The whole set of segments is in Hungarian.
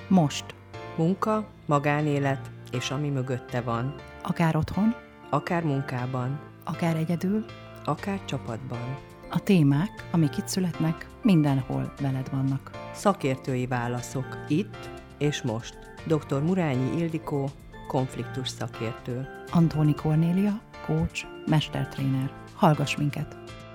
Most. Munka, magánélet és ami mögötte van. Akár otthon, Akár munkában, akár egyedül, akár csapatban. a témák, amik itt születnek, mindenhol veled vannak. Szakértői válaszok itt és most. Dr. Murányi Ildikó, konfliktus szakértő. Antóni Kornélia, coach, mestertréner. Hallgass minket!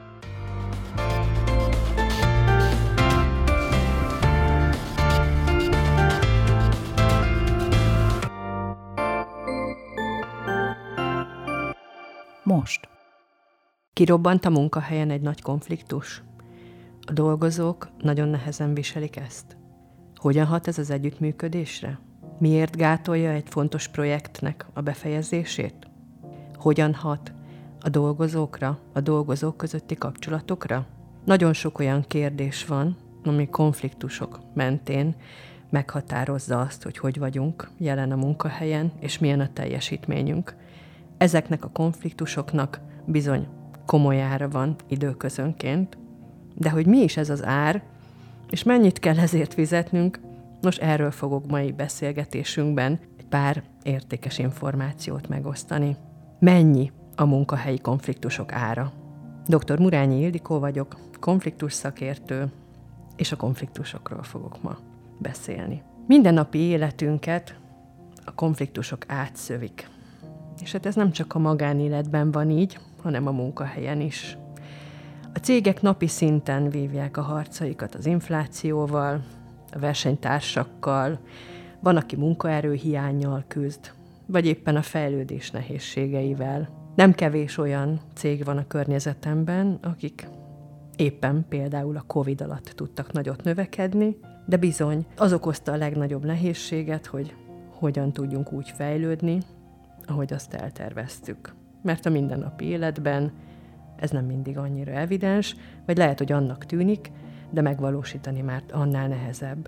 Most. Kirobbant a munkahelyen egy nagy konfliktus? A dolgozók nagyon nehezen viselik ezt. Hogyan hat ez az együttműködésre? Miért gátolja egy fontos projektnek a befejezését? Hogyan hat a dolgozókra, a dolgozók közötti kapcsolatokra? Nagyon sok olyan kérdés van, ami konfliktusok mentén meghatározza azt, hogy vagyunk jelen a munkahelyen, és milyen a teljesítményünk. Ezeknek a konfliktusoknak bizony komoly ára van időközönként, de hogy mi is ez az ár, és mennyit kell ezért fizetnünk, nos, erről fogok mai beszélgetésünkben egy pár értékes információt megosztani. Mennyi a munkahelyi konfliktusok ára? Dr. Murányi Ildikó vagyok, konfliktus szakértő, és a konfliktusokról fogok ma beszélni. Mindennapi életünket a konfliktusok átszövik. És hát ez nem csak a magánéletben van így, hanem a munkahelyen is. A cégek napi szinten vívják a harcaikat az inflációval, a versenytársakkal, van, aki munkaerőhiánnyal küzd, vagy éppen a fejlődés nehézségeivel. Nem kevés olyan cég van a környezetemben, akik éppen például a Covid alatt tudtak nagyot növekedni, de bizony az okozta a legnagyobb nehézséget, hogy hogyan tudjunk úgy fejlődni, ahogy azt elterveztük. Mert a mindennapi életben ez nem mindig annyira evidens, vagy lehet, hogy annak tűnik, de megvalósítani már annál nehezebb.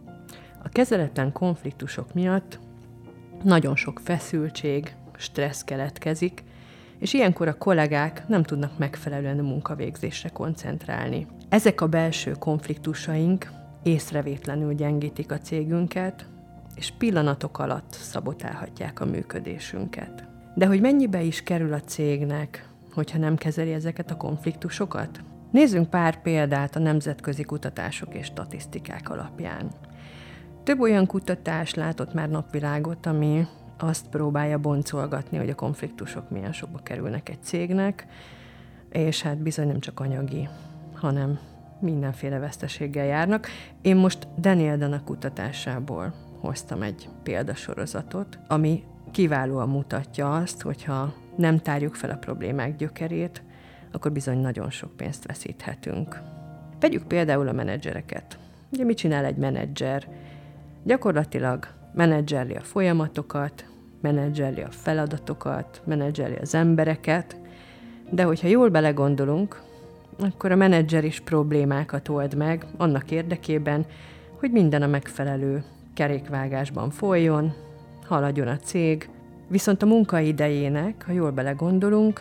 A kezeletlen konfliktusok miatt nagyon sok feszültség, stressz keletkezik, és ilyenkor a kollégák nem tudnak megfelelően a munkavégzésre koncentrálni. Ezek a belső konfliktusaink észrevétlenül gyengítik a cégünket, és pillanatok alatt szabotálhatják a működésünket. De hogy mennyibe is kerül a cégnek, hogyha nem kezeli ezeket a konfliktusokat? Nézzünk pár példát a nemzetközi kutatások és statisztikák alapján. Több olyan kutatás látott már napvilágot, ami azt próbálja boncolgatni, hogy a konfliktusok milyen sokba kerülnek egy cégnek, és hát bizony nem csak anyagi, hanem mindenféle veszteséggel járnak. Én most Daniel Dana kutatásából hoztam egy példasorozatot, ami kiválóan mutatja azt, hogyha nem tárjuk fel a problémák gyökerét, akkor bizony nagyon sok pénzt veszíthetünk. Vegyük például a menedzsereket. Ugye mit csinál egy menedzser? Gyakorlatilag menedzserli a folyamatokat, menedzserli a feladatokat, menedzserli az embereket, de hogyha jól belegondolunk, akkor a menedzser is problémákat old meg annak érdekében, hogy minden a megfelelő kerékvágásban folyjon, haladjon a cég, viszont a munkaidejének, ha jól belegondolunk,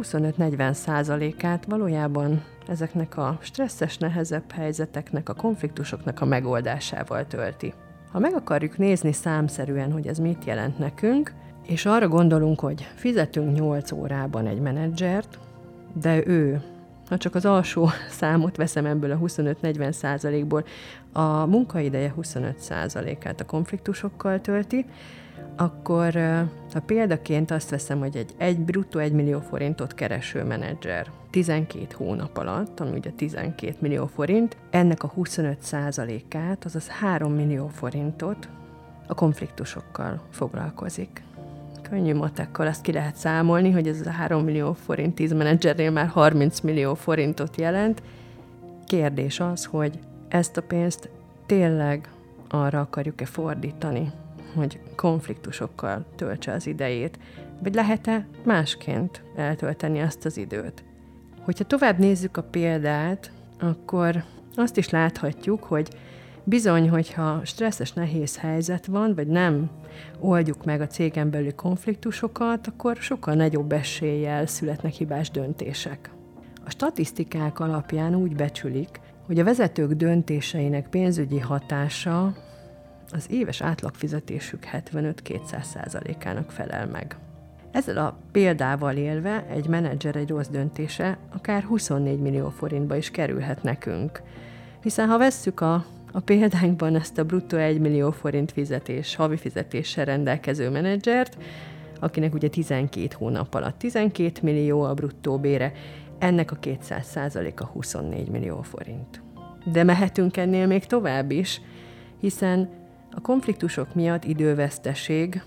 25-40%-át valójában ezeknek a stresszes, nehezebb helyzeteknek, a konfliktusoknak a megoldásával tölti. Ha meg akarjuk nézni számszerűen, hogy ez mit jelent nekünk, és arra gondolunk, hogy fizetünk 8 órában egy menedzsert, de ő, ha csak az alsó számot veszem ebből a 25-40%-ból, a munkaideje 25%-át a konfliktusokkal tölti, akkor ha példaként azt veszem, hogy egy bruttó 1 millió forintot kereső menedzser 12 hónap alatt, ami ugye 12 millió forint, ennek a 25%-át, azaz 3 millió forintot a konfliktusokkal foglalkozik. Könnyű matekkal azt ki lehet számolni, hogy ez a 3 millió forint 10 menedzsernél már 30 millió forintot jelent. Kérdés az, hogy ezt a pénzt tényleg arra akarjuk-e fordítani, hogy konfliktusokkal töltse az idejét, vagy lehet-e másként eltölteni azt az időt. Hogyha tovább nézzük a példát, akkor azt is láthatjuk, hogy bizony, hogyha stresszes, nehéz helyzet van, vagy nem oldjuk meg a cégen belüli konfliktusokat, akkor sokkal nagyobb eséllyel születnek hibás döntések. A statisztikák alapján úgy becsülik, hogy a vezetők döntéseinek pénzügyi hatása az éves átlagfizetésük 75-200%-ának felel meg. Ezzel a példával élve egy menedzser egy rossz döntése akár 24 millió forintba is kerülhet nekünk. Hiszen ha vesszük a példánkban ezt a bruttó 1 millió forint havi fizetéssel rendelkező menedzsert, akinek ugye 12 hónap alatt 12 millió a bruttó bére, ennek a 200%-a 24 millió forint. De mehetünk ennél még tovább is, hiszen a konfliktusok miatt időveszteség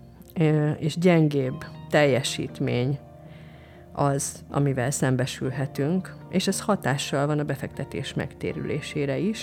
és gyengébb teljesítmény az, amivel szembesülhetünk, és ez hatással van a befektetés megtérülésére is,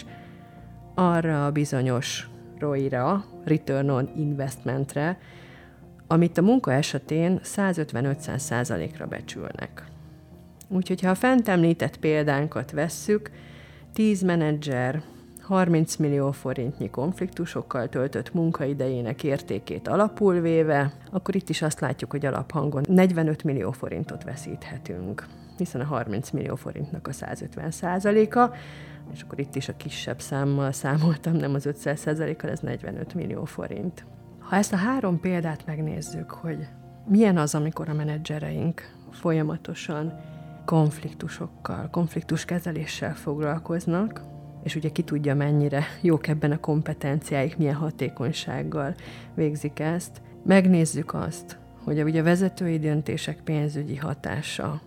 arra a bizonyos ROI-ra, Return on Investmentre, amit a munka esetén 150-500%-ra becsülnek. Úgyhogy ha a fent említett példánkat vesszük, 10 menedzser 30 millió forintnyi konfliktusokkal töltött munkaidejének értékét alapul véve, akkor itt is azt látjuk, hogy alaphangon 45 millió forintot veszíthetünk, hiszen a 30 millió forintnak a 150%-a, és akkor itt is a kisebb számmal számoltam, nem az 500%-kal, ez 45 millió forint. Ha ezt a 3 példát megnézzük, hogy milyen az, amikor a menedzsereink folyamatosan konfliktusokkal, konfliktuskezeléssel foglalkoznak, és ugye ki tudja, mennyire jók ebben a kompetenciáik, milyen hatékonysággal végzik ezt. Megnézzük azt, hogy ugye a vezetői döntések pénzügyi hatása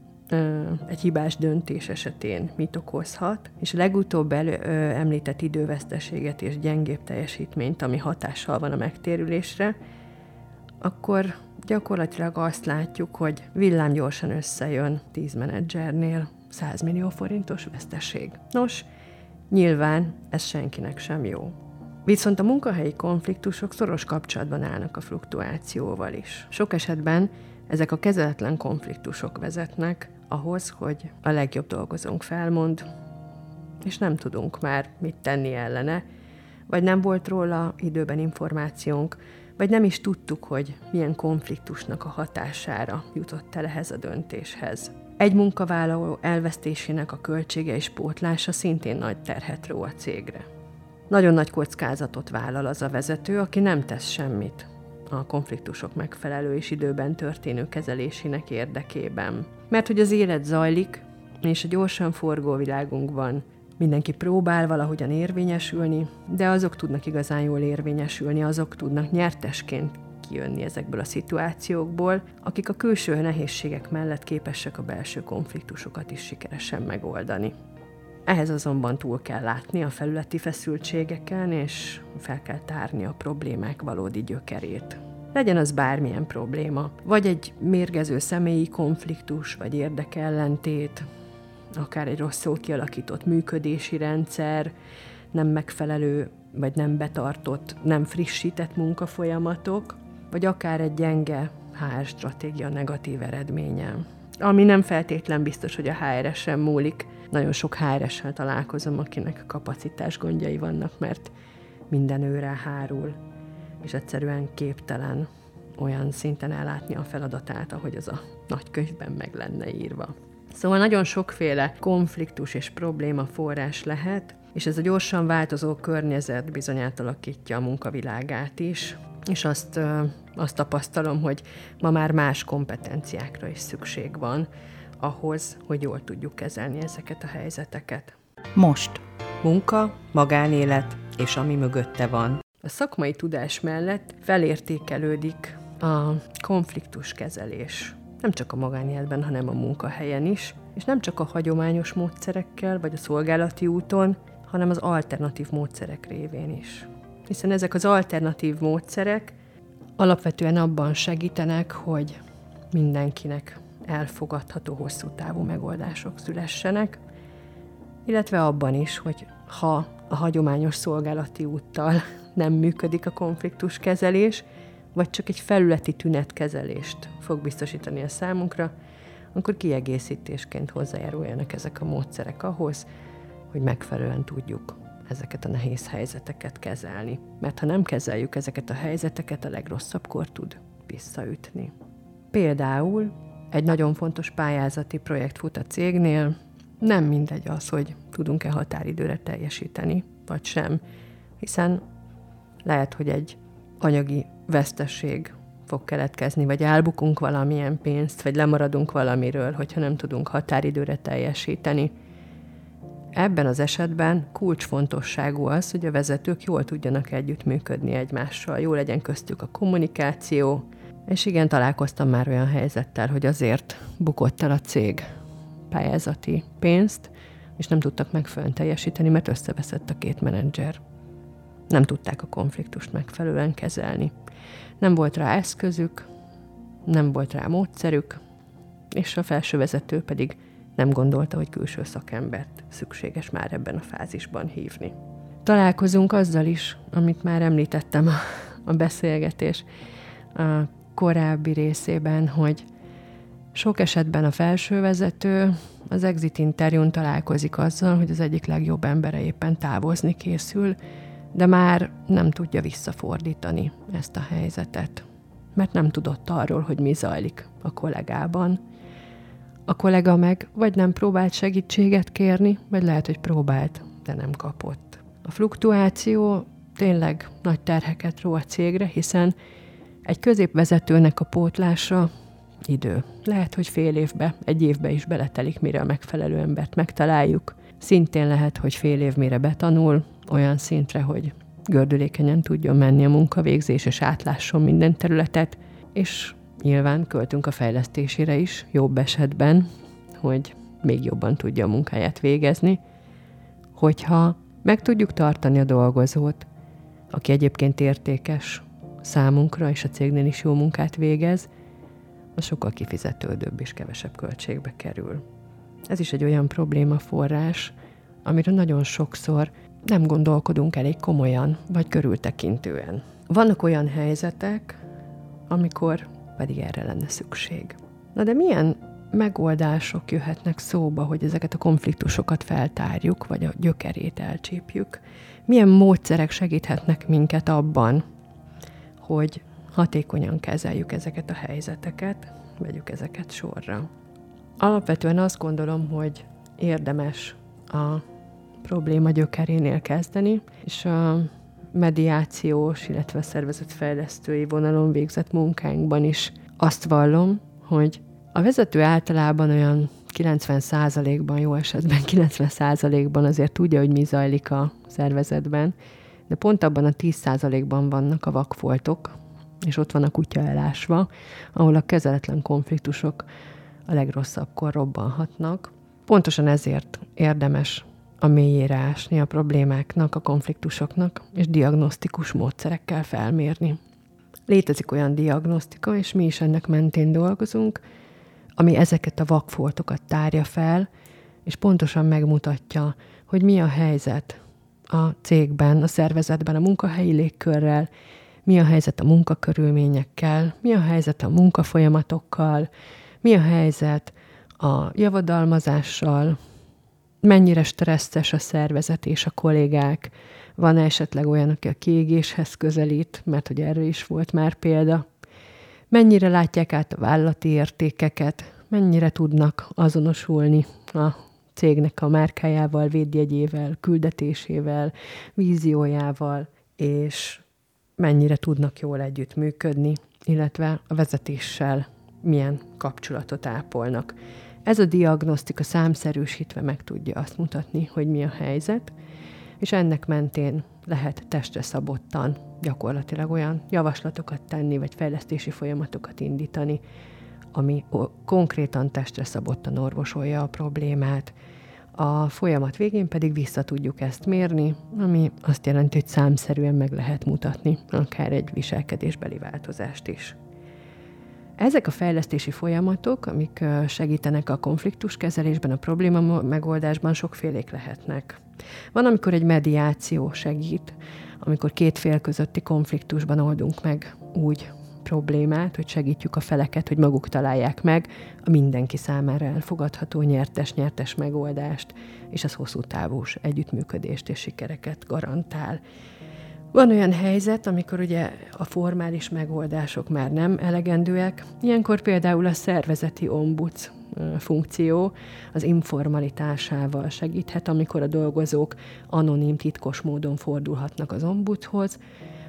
egy hibás döntés esetén mit okozhat, és legutóbb említett időveszteséget és gyengébb teljesítményt, ami hatással van a megtérülésre, akkor gyakorlatilag azt látjuk, hogy villámgyorsan összejön 10 menedzsernél 100 millió forintos veszteség. Nos, nyilván ez senkinek sem jó. Viszont a munkahelyi konfliktusok szoros kapcsolatban állnak a fluktuációval is. Sok esetben ezek a kezeletlen konfliktusok vezetnek ahhoz, hogy a legjobb dolgozónk felmond, és nem tudunk már mit tenni ellene, vagy nem volt róla időben információnk, vagy nem is tudtuk, hogy milyen konfliktusnak a hatására jutott el ehhez a döntéshez. Egy munkavállaló elvesztésének a költsége és pótlása szintén nagy terhet ró a cégre. Nagyon nagy kockázatot vállal az a vezető, aki nem tesz semmit a konfliktusok megfelelő és időben történő kezelésének érdekében. Mert hogy az élet zajlik, és a gyorsan forgó világunkban mindenki próbál valahogyan érvényesülni, de azok tudnak igazán jól érvényesülni, azok tudnak nyertesként kijönni ezekből a szituációkból, akik a külső nehézségek mellett képesek a belső konfliktusokat is sikeresen megoldani. Ehhez azonban túl kell látni a felületi feszültségeken, és fel kell tárni a problémák valódi gyökerét. Legyen az bármilyen probléma, vagy egy mérgező személyi konfliktus, vagy érdekellentét, akár egy rosszul kialakított működési rendszer, nem megfelelő, vagy nem betartott, nem frissített munkafolyamatok, vagy akár egy gyenge HR stratégia negatív eredménye. Ami nem feltétlen biztos, hogy a HR-esen múlik. Nagyon sok HR-essel találkozom, akinek kapacitás gondjai vannak, mert minden őre hárul, és egyszerűen képtelen olyan szinten ellátni a feladatát, ahogy az a nagykönyvben meg lenne írva. Szóval nagyon sokféle konfliktus és probléma forrás lehet, és ez a gyorsan változó környezet bizony átalakítja a munkavilágát is, és azt tapasztalom, hogy ma már más kompetenciákra is szükség van ahhoz, hogy jól tudjuk kezelni ezeket a helyzeteket. Most. Munka, magánélet és ami mögötte van. A szakmai tudás mellett felértékelődik a konfliktuskezelés. Nem csak a magánéletben, hanem a munkahelyen is, és nem csak a hagyományos módszerekkel vagy a szolgálati úton, hanem az alternatív módszerek révén is. Hiszen ezek az alternatív módszerek alapvetően abban segítenek, hogy mindenkinek elfogadható hosszú távú megoldások szülessenek, illetve abban is, hogy ha a hagyományos szolgálati úttal nem működik a konfliktuskezelés, vagy csak egy felületi tünetkezelést fog biztosítani a számunkra, akkor kiegészítésként hozzájáruljanak ezek a módszerek ahhoz, hogy megfelelően tudjuk ezeket a nehéz helyzeteket kezelni. Mert ha nem kezeljük ezeket a helyzeteket, a legrosszabbkor tud visszaütni. Például egy nagyon fontos pályázati projekt fut a cégnél, nem mindegy az, hogy tudunk-e határidőre teljesíteni, vagy sem, hiszen lehet, hogy egy anyagi veszteség fog keletkezni, vagy elbukunk valamilyen pénzt, vagy lemaradunk valamiről, hogyha nem tudunk határidőre teljesíteni. Ebben az esetben kulcsfontosságú az, hogy a vezetők jól tudjanak együttműködni egymással, jó legyen köztük a kommunikáció, és igen, találkoztam már olyan helyzettel, hogy azért bukott el a cég pályázati pénzt, és nem tudtak megfelelően teljesíteni, mert összeveszett a két menedzser. Nem tudták a konfliktust megfelelően kezelni. Nem volt rá eszközük, nem volt rá módszerük, és a felsővezető pedig nem gondolta, hogy külső szakembert szükséges már ebben a fázisban hívni. Találkozunk azzal is, amit már említettem a beszélgetés a korábbi részében, hogy sok esetben a felsővezető az exit interjún találkozik azzal, hogy az egyik legjobb embere éppen távozni készül, de már nem tudja visszafordítani ezt a helyzetet, mert nem tudott arról, hogy mi zajlik a kollégában. A kollega meg vagy nem próbált segítséget kérni, vagy lehet, hogy próbált, de nem kapott. A fluktuáció tényleg nagy terheket ró a cégre, hiszen egy középvezetőnek a pótlása idő. Lehet, hogy fél évbe, egy évbe is beletelik, mire a megfelelő embert megtaláljuk. Szintén lehet, hogy fél év mire betanul, olyan szintre, hogy gördülékenyen tudjon menni a munkavégzés, és átlásson minden területet, és nyilván költünk a fejlesztésére is, jobb esetben, hogy még jobban tudja a munkáját végezni, hogyha meg tudjuk tartani a dolgozót, aki egyébként értékes számunkra, és a cégnél is jó munkát végez, az sokkal kifizetődőbb és kevesebb költségbe kerül. Ez is egy olyan problémaforrás, amiről nagyon sokszor nem gondolkodunk elég komolyan, vagy körültekintően. Vannak olyan helyzetek, amikor pedig erre lenne szükség. Na de milyen megoldások jöhetnek szóba, hogy ezeket a konfliktusokat feltárjuk, vagy a gyökerét elcsípjük? Milyen módszerek segíthetnek minket abban, hogy hatékonyan kezeljük ezeket a helyzeteket, vegyük ezeket sorra? Alapvetően azt gondolom, hogy érdemes a probléma gyökerénél kezdeni, és a mediációs, illetve szervezetfejlesztői vonalon végzett munkánkban is azt vallom, hogy a vezető általában olyan 90%-ban, jó esetben 90%-ban azért tudja, hogy mi zajlik a szervezetben, de pont abban a 10%-ban vannak a vakfoltok, és ott van a kutya elásva, ahol a kezeletlen konfliktusok a legrosszabbkor robbanhatnak. Pontosan ezért érdemes a mélyére ásni a problémáknak, a konfliktusoknak, és diagnosztikus módszerekkel felmérni. Létezik olyan diagnosztika, és mi is ennek mentén dolgozunk, ami ezeket a vakfoltokat tárja fel, és pontosan megmutatja, hogy mi a helyzet a cégben, a szervezetben, a munkahelyi légkörrel, mi a helyzet a munkakörülményekkel, mi a helyzet a munkafolyamatokkal, mi a helyzet a javadalmazással, mennyire stresszes a szervezet és a kollégák, van esetleg olyan, aki a kiégéshez közelít, mert hogy erről is volt már példa, mennyire látják át a vállalati értékeket, mennyire tudnak azonosulni a cégnek a márkájával, védjegyével, küldetésével, víziójával, és mennyire tudnak jól együttműködni, illetve a vezetéssel milyen kapcsolatot ápolnak. Ez a diagnosztika számszerűsítve meg tudja azt mutatni, hogy mi a helyzet, és ennek mentén lehet testre szabottan gyakorlatilag olyan javaslatokat tenni, vagy fejlesztési folyamatokat indítani, ami konkrétan testre szabottan orvosolja a problémát. A folyamat végén pedig vissza tudjuk ezt mérni, ami azt jelenti, hogy számszerűen meg lehet mutatni akár egy viselkedésbeli változást is. Ezek a fejlesztési folyamatok, amik segítenek a konfliktuskezelésben, a probléma megoldásban, sokfélék lehetnek. Van, amikor egy mediáció segít, amikor két fél közötti konfliktusban oldunk meg úgy problémát, hogy segítjük a feleket, hogy maguk találják meg a mindenki számára elfogadható nyertes-nyertes megoldást, és az hosszú távú együttműködést és sikereket garantál. Van olyan helyzet, amikor ugye a formális megoldások már nem elegendőek, ilyenkor például a szervezeti ombuds funkció az informalitásával segíthet, amikor a dolgozók anonim, titkos módon fordulhatnak az ombudshoz,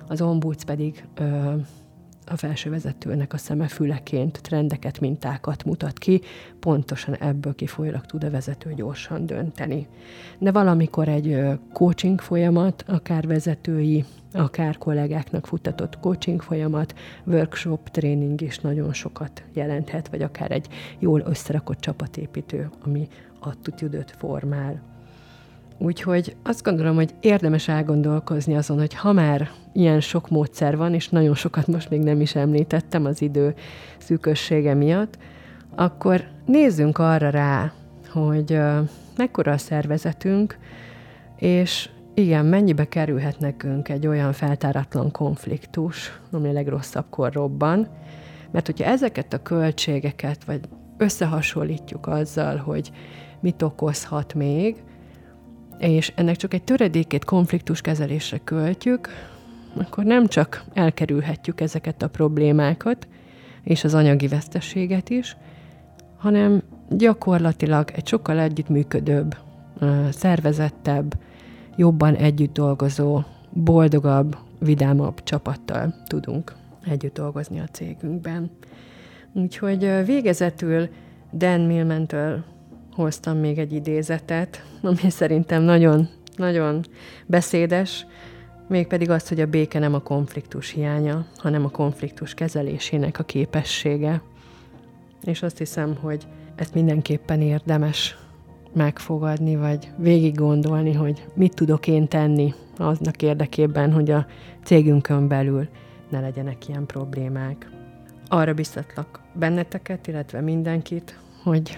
az ombuds pedig a felsővezetőnek a szemefüleként trendeket, mintákat mutat ki, pontosan ebből kifolyólag tud a vezető gyorsan dönteni. De valamikor egy coaching folyamat, akár vezetői, akár kollégáknak futtatott coaching folyamat, workshop, tréning is nagyon sokat jelenthet, vagy akár egy jól összerakott csapatépítő, ami attitűdöt formál. Úgyhogy azt gondolom, hogy érdemes elgondolkozni azon, hogy ha már ilyen sok módszer van, és nagyon sokat most még nem is említettem az idő szűkössége miatt, akkor nézzünk arra rá, hogy mekkora a szervezetünk, és igen, mennyibe kerülhet nekünk egy olyan feltáratlan konfliktus, ami a legrosszabbkor robban, mert hogyha ezeket a költségeket vagy összehasonlítjuk azzal, hogy mit okozhat még, és ennek csak egy töredékét konfliktuskezelésre költjük, akkor nem csak elkerülhetjük ezeket a problémákat, és az anyagi veszteséget is, hanem gyakorlatilag egy sokkal együttműködőbb, szervezettebb, jobban együtt dolgozó, boldogabb, vidámabb csapattal tudunk együtt dolgozni a cégünkben. Úgyhogy végezetül Dan Millman-től hoztam még egy idézetet, ami szerintem nagyon, nagyon beszédes, mégpedig az, hogy a béke nem a konfliktus hiánya, hanem a konfliktus kezelésének a képessége. És azt hiszem, hogy ezt mindenképpen érdemes megfogadni, vagy végig gondolni, hogy mit tudok én tenni aznak érdekében, hogy a cégünkön belül ne legyenek ilyen problémák. Arra biztatlak benneteket, illetve mindenkit, hogy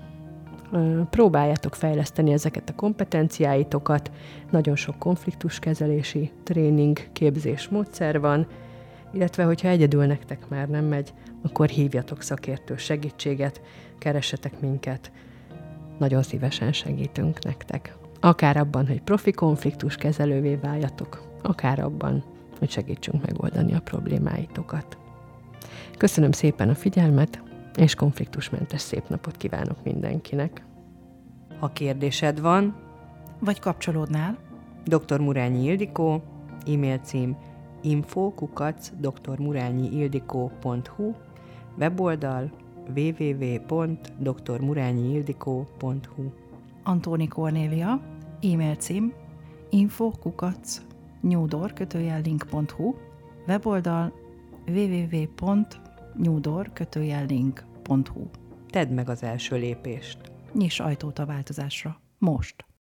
próbáljátok fejleszteni ezeket a kompetenciáitokat. Nagyon sok konfliktuskezelési tréning, képzés módszer van, illetve hogyha egyedül nektek már nem megy, akkor hívjatok szakértő segítséget, keressetek minket, nagyon szívesen segítünk nektek. Akár abban, hogy profi konfliktuskezelővé váljatok, akár abban, hogy segítsünk megoldani a problémáitokat. Köszönöm szépen a figyelmet, és konfliktusmentes szép napot kívánok mindenkinek. Ha kérdésed van, vagy kapcsolódnál, Dr. Murányi Ildikó, e-mail cím info@drmurányiildikó.hu, weboldal www.drmurányiildikó.hu. Antóni Kornélia, e-mail cím info@newdoor-link.hu, weboldal www.newdoor-link.hu. Tedd meg az első lépést. Nyiss ajtót a változásra. Most!